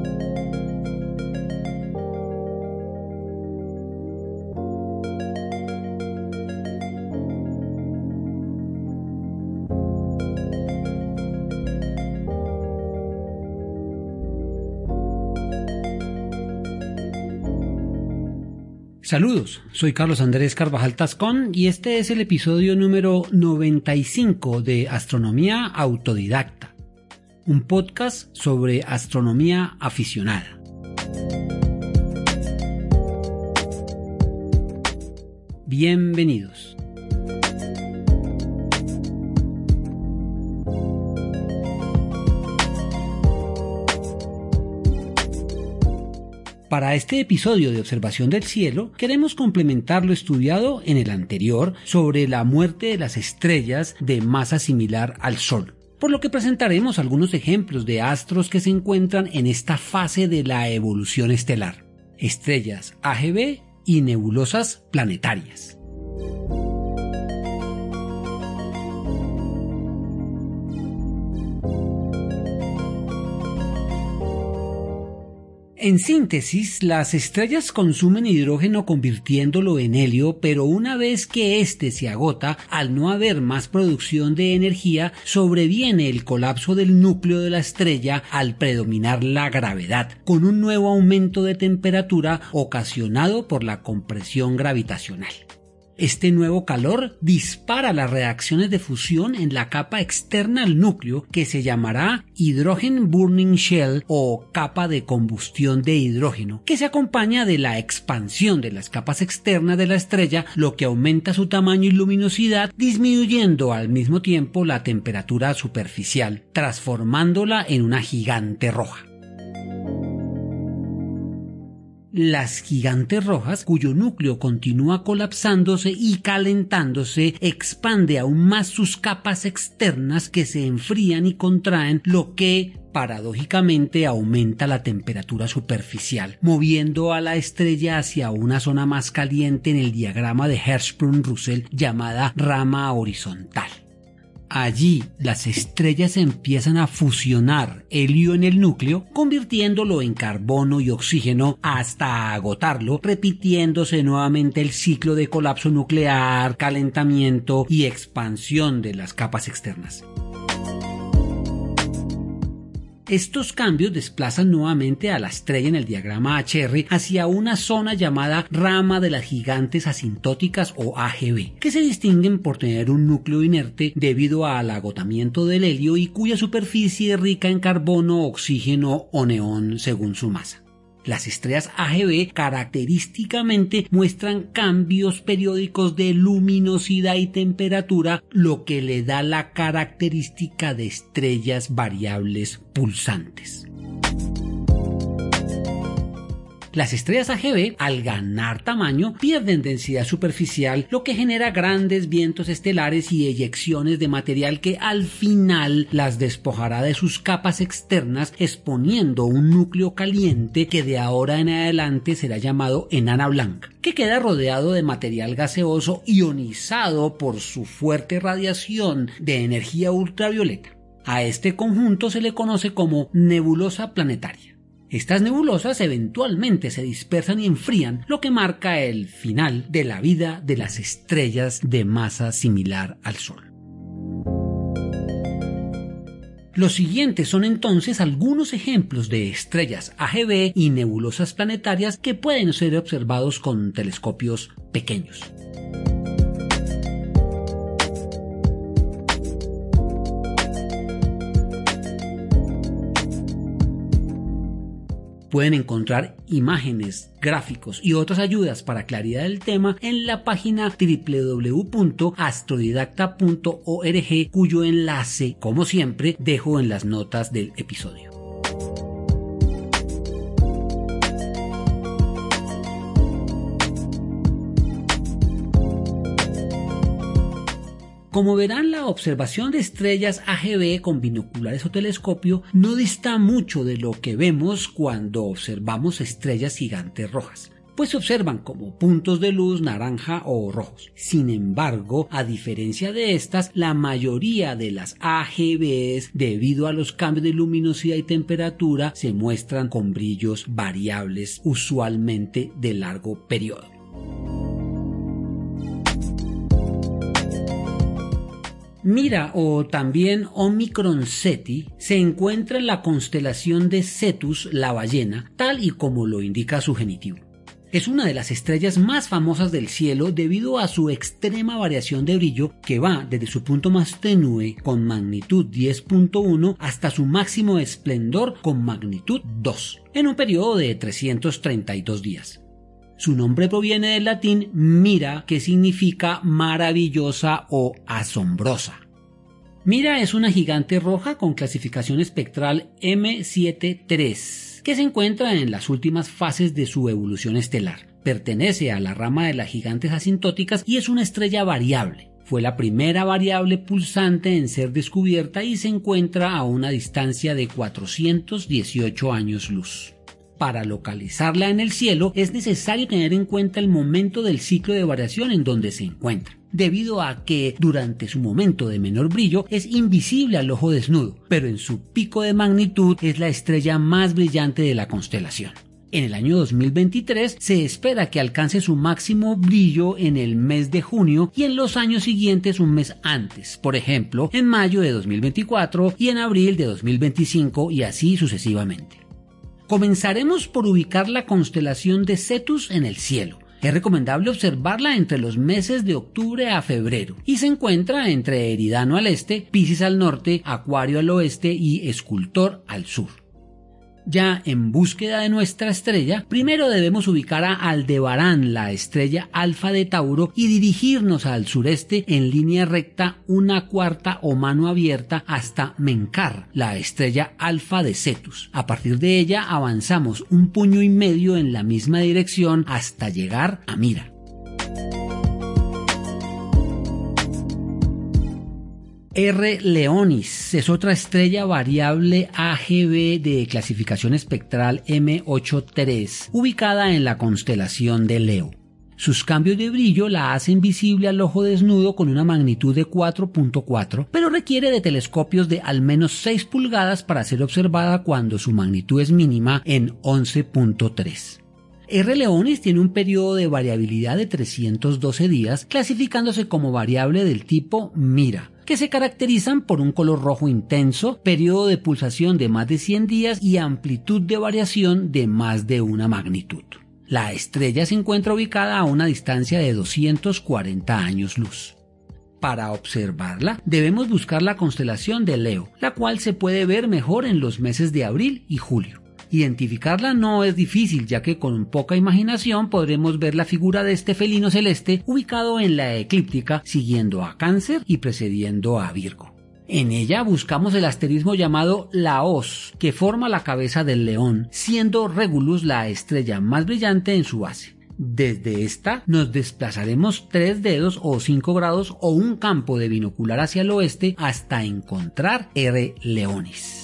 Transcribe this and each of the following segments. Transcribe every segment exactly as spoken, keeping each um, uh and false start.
Saludos, soy Carlos Andrés Carvajal Tascón y este es el episodio número noventa y cinco de Astronomía Autodidacta, un podcast sobre astronomía aficionada. Bienvenidos. Para este episodio de Observación del Cielo, queremos complementar lo estudiado en el anterior sobre la muerte de las estrellas de masa similar al Sol, por lo que presentaremos algunos ejemplos de astros que se encuentran en esta fase de la evolución estelar, estrellas A G B y nebulosas planetarias. En síntesis, las estrellas consumen hidrógeno convirtiéndolo en helio, pero una vez que éste se agota, al no haber más producción de energía, sobreviene el colapso del núcleo de la estrella al predominar la gravedad, con un nuevo aumento de temperatura ocasionado por la compresión gravitacional. Este nuevo calor dispara las reacciones de fusión en la capa externa al núcleo, que se llamará Hydrogen Burning Shell o capa de combustión de hidrógeno, que se acompaña de la expansión de las capas externas de la estrella, lo que aumenta su tamaño y luminosidad, disminuyendo al mismo tiempo la temperatura superficial, transformándola en una gigante roja. Las gigantes rojas, cuyo núcleo continúa colapsándose y calentándose, expande aún más sus capas externas que se enfrían y contraen, lo que paradójicamente aumenta la temperatura superficial, moviendo a la estrella hacia una zona más caliente en el diagrama de Hertzsprung-Russell llamada rama horizontal. Allí las estrellas empiezan a fusionar helio en el núcleo, convirtiéndolo en carbono y oxígeno hasta agotarlo, repitiéndose nuevamente el ciclo de colapso nuclear, calentamiento y expansión de las capas externas. Estos cambios desplazan nuevamente a la estrella en el diagrama H R hacia una zona llamada rama de las gigantes asintóticas o A G B, que se distinguen por tener un núcleo inerte debido al agotamiento del helio y cuya superficie es rica en carbono, oxígeno o neón según su masa. Las estrellas A G B característicamente muestran cambios periódicos de luminosidad y temperatura, lo que le da la característica de estrellas variables pulsantes. Las estrellas A G B, al ganar tamaño, pierden densidad superficial, lo que genera grandes vientos estelares y eyecciones de material que al final las despojará de sus capas externas, exponiendo un núcleo caliente que de ahora en adelante será llamado enana blanca, que queda rodeado de material gaseoso ionizado por su fuerte radiación de energía ultravioleta. A este conjunto se le conoce como nebulosa planetaria. Estas nebulosas eventualmente se dispersan y enfrían, lo que marca el final de la vida de las estrellas de masa similar al Sol. Los siguientes son entonces algunos ejemplos de estrellas A G B y nebulosas planetarias que pueden ser observados con telescopios pequeños. Pueden encontrar imágenes, gráficos y otras ayudas para claridad del tema en la página doble u doble u doble u punto astrodidacta punto org, cuyo enlace, como siempre, dejo en las notas del episodio. Como verán, la observación de estrellas A G B con binoculares o telescopio no dista mucho de lo que vemos cuando observamos estrellas gigantes rojas. pues se observan como puntos de luz naranja o rojos. Sin embargo, a diferencia de estas, la mayoría de las A G Bs, debido a los cambios de luminosidad y temperatura, se muestran con brillos variables, usualmente de largo periodo. Mira, o también Omicron Ceti, se encuentra en la constelación de Cetus, la ballena, tal y como lo indica su genitivo. Es una de las estrellas más famosas del cielo debido a su extrema variación de brillo que va desde su punto más tenue con magnitud diez punto uno hasta su máximo esplendor con magnitud dos, en un periodo de trescientos treinta y dos días. Su nombre proviene del latín mira, que significa maravillosa o asombrosa. Mira es una gigante roja con clasificación espectral eme setenta y tres, que se encuentra en las últimas fases de su evolución estelar. Pertenece a la rama de las gigantes asintóticas y es una estrella variable. Fue la primera variable pulsante en ser descubierta y se encuentra a una distancia de cuatrocientos dieciocho años luz. Para localizarla en el cielo es necesario tener en cuenta el momento del ciclo de variación en donde se encuentra, debido a que durante su momento de menor brillo es invisible al ojo desnudo, pero en su pico de magnitud es la estrella más brillante de la constelación. En el año dos mil veintitrés se espera que alcance su máximo brillo en el mes de junio y en los años siguientes un mes antes, por ejemplo en mayo de dos mil veinticuatro y en abril de dos mil veinticinco y así sucesivamente. Comenzaremos por ubicar la constelación de Cetus en el cielo. Es recomendable observarla entre los meses de octubre a febrero y se encuentra entre Eridano al este, Piscis al norte, Acuario al oeste y Escultor al sur. Ya en búsqueda de nuestra estrella, primero debemos ubicar a Aldebarán, la estrella Alfa de Tauro, y dirigirnos al sureste en línea recta una cuarta o mano abierta hasta Mencar, la estrella Alfa de Cetus. A partir de ella avanzamos un puño y medio en la misma dirección hasta llegar a Mira. R Leonis es otra estrella variable A G B de clasificación espectral eme ochenta y tres, ubicada en la constelación de Leo. Sus cambios de brillo la hacen visible al ojo desnudo con una magnitud de cuatro punto cuatro, pero requiere de telescopios de al menos seis pulgadas para ser observada cuando su magnitud es mínima en once punto tres. R Leonis tiene un periodo de variabilidad de trescientos doce días, clasificándose como variable del tipo Mira, que se caracterizan por un color rojo intenso, periodo de pulsación de más de cien días y amplitud de variación de más de una magnitud. La estrella se encuentra ubicada a una distancia de doscientos cuarenta años luz. Para observarla, debemos buscar la constelación de Leo, la cual se puede ver mejor en los meses de abril y julio. Identificarla no es difícil, ya que con poca imaginación podremos ver la figura de este felino celeste ubicado en la eclíptica, siguiendo a Cáncer y precediendo a Virgo. En ella buscamos el asterismo llamado la hoz, que forma la cabeza del león, siendo Regulus la estrella más brillante en su base. Desde esta nos desplazaremos tres dedos o cinco grados o un campo de binocular hacia el oeste hasta encontrar R Leonis.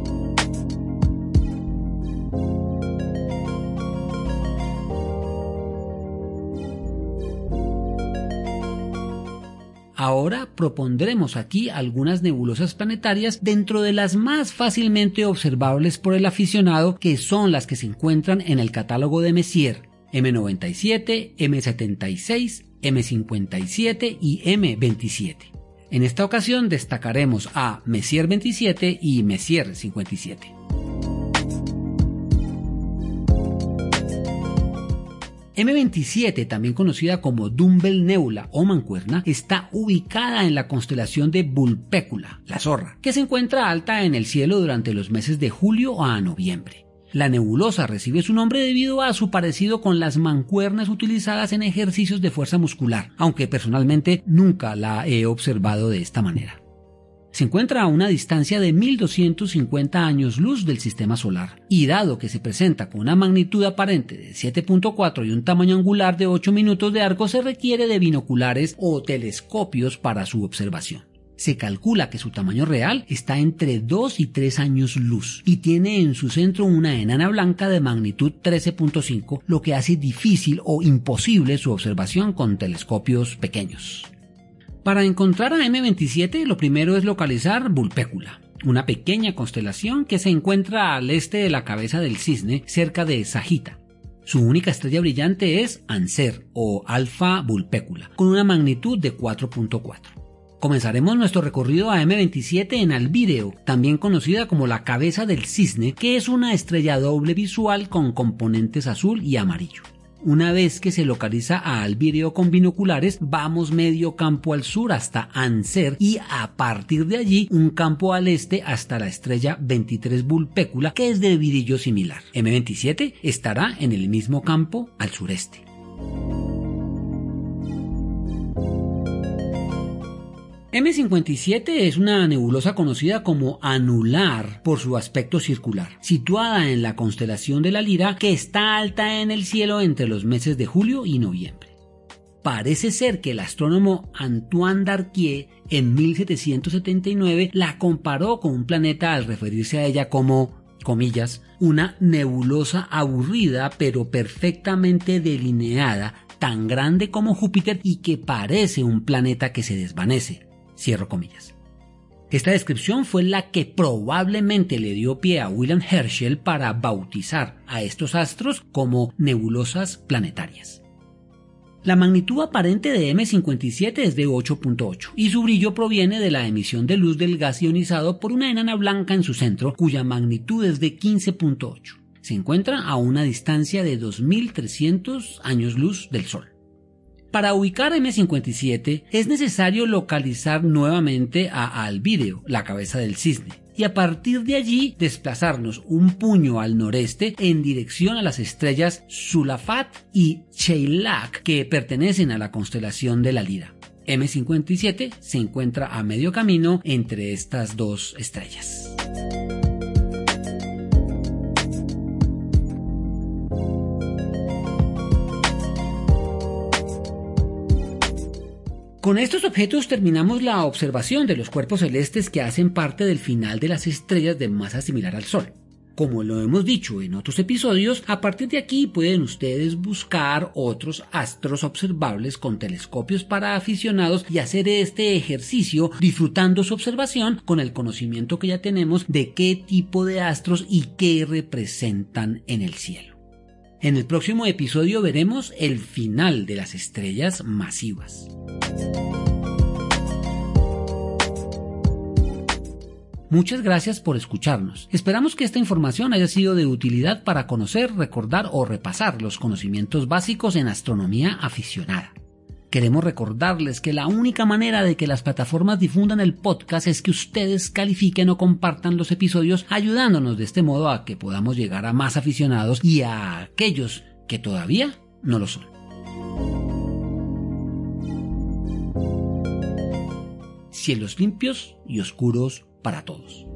Ahora propondremos aquí algunas nebulosas planetarias dentro de las más fácilmente observables por el aficionado, que son las que se encuentran en el catálogo de Messier, eme noventa y siete, eme setenta y seis, eme cincuenta y siete y eme veintisiete. En esta ocasión destacaremos a Messier veintisiete y Messier cincuenta y siete. eme veintisiete, también conocida como Dumbbell Nebula o mancuerna, está ubicada en la constelación de Vulpecula, la zorra, que se encuentra alta en el cielo durante los meses de julio a noviembre. La nebulosa recibe su nombre debido a su parecido con las mancuernas utilizadas en ejercicios de fuerza muscular, aunque personalmente nunca la he observado de esta manera. Se encuentra a una distancia de mil doscientos cincuenta años luz del sistema solar, y dado que se presenta con una magnitud aparente de siete punto cuatro y un tamaño angular de ocho minutos de arco, se requiere de binoculares o telescopios para su observación. Se calcula que su tamaño real está entre dos y tres años luz y tiene en su centro una enana blanca de magnitud trece punto cinco, lo que hace difícil o imposible su observación con telescopios pequeños. Para encontrar a eme veintisiete, lo primero es localizar Vulpecula, una pequeña constelación que se encuentra al este de la cabeza del Cisne, cerca de Sagita. Su única estrella brillante es Anser o Alfa Vulpecula, con una magnitud de cuatro punto cuatro. Comenzaremos nuestro recorrido a eme veintisiete en Albireo, también conocida como la cabeza del Cisne, que es una estrella doble visual con componentes azul y amarillo. Una vez que se localiza a Albireo con binoculares, vamos medio campo al sur hasta Anser y a partir de allí un campo al este hasta la estrella veintitrés Vulpecula, que es de brillo similar. eme veintisiete estará en el mismo campo al sureste. eme cincuenta y siete es una nebulosa conocida como anular por su aspecto circular, situada en la constelación de la Lira, que está alta en el cielo entre los meses de julio y noviembre. Parece ser que el astrónomo Antoine Darquier en mil setecientos setenta y nueve la comparó con un planeta al referirse a ella como, comillas, una nebulosa aburrida pero perfectamente delineada, tan grande como Júpiter y que parece un planeta que se desvanece. Cierro comillas. Esta descripción fue la que probablemente le dio pie a William Herschel para bautizar a estos astros como nebulosas planetarias. La magnitud aparente de eme cincuenta y siete es de ocho punto ocho y su brillo proviene de la emisión de luz del gas ionizado por una enana blanca en su centro, cuya magnitud es de quince punto ocho. Se encuentra a una distancia de dos mil trescientos años luz del Sol. Para ubicar eme cincuenta y siete es necesario localizar nuevamente a Albireo, la cabeza del Cisne, y a partir de allí desplazarnos un puño al noreste en dirección a las estrellas Sulafat y Cheilak, que pertenecen a la constelación de la Lira. eme cincuenta y siete se encuentra a medio camino entre estas dos estrellas. Con estos objetos terminamos la observación de los cuerpos celestes que hacen parte del final de las estrellas de masa similar al Sol. Como lo hemos dicho en otros episodios, a partir de aquí pueden ustedes buscar otros astros observables con telescopios para aficionados y hacer este ejercicio disfrutando su observación con el conocimiento que ya tenemos de qué tipo de astros y qué representan en el cielo. En el próximo episodio veremos el final de las estrellas masivas. Muchas gracias por escucharnos. Esperamos que esta información haya sido de utilidad para conocer, recordar o repasar los conocimientos básicos en astronomía aficionada. Queremos recordarles que la única manera de que las plataformas difundan el podcast es que ustedes califiquen o compartan los episodios, ayudándonos de este modo a que podamos llegar a más aficionados y a aquellos que todavía no lo son. Cielos limpios y oscuros para todos.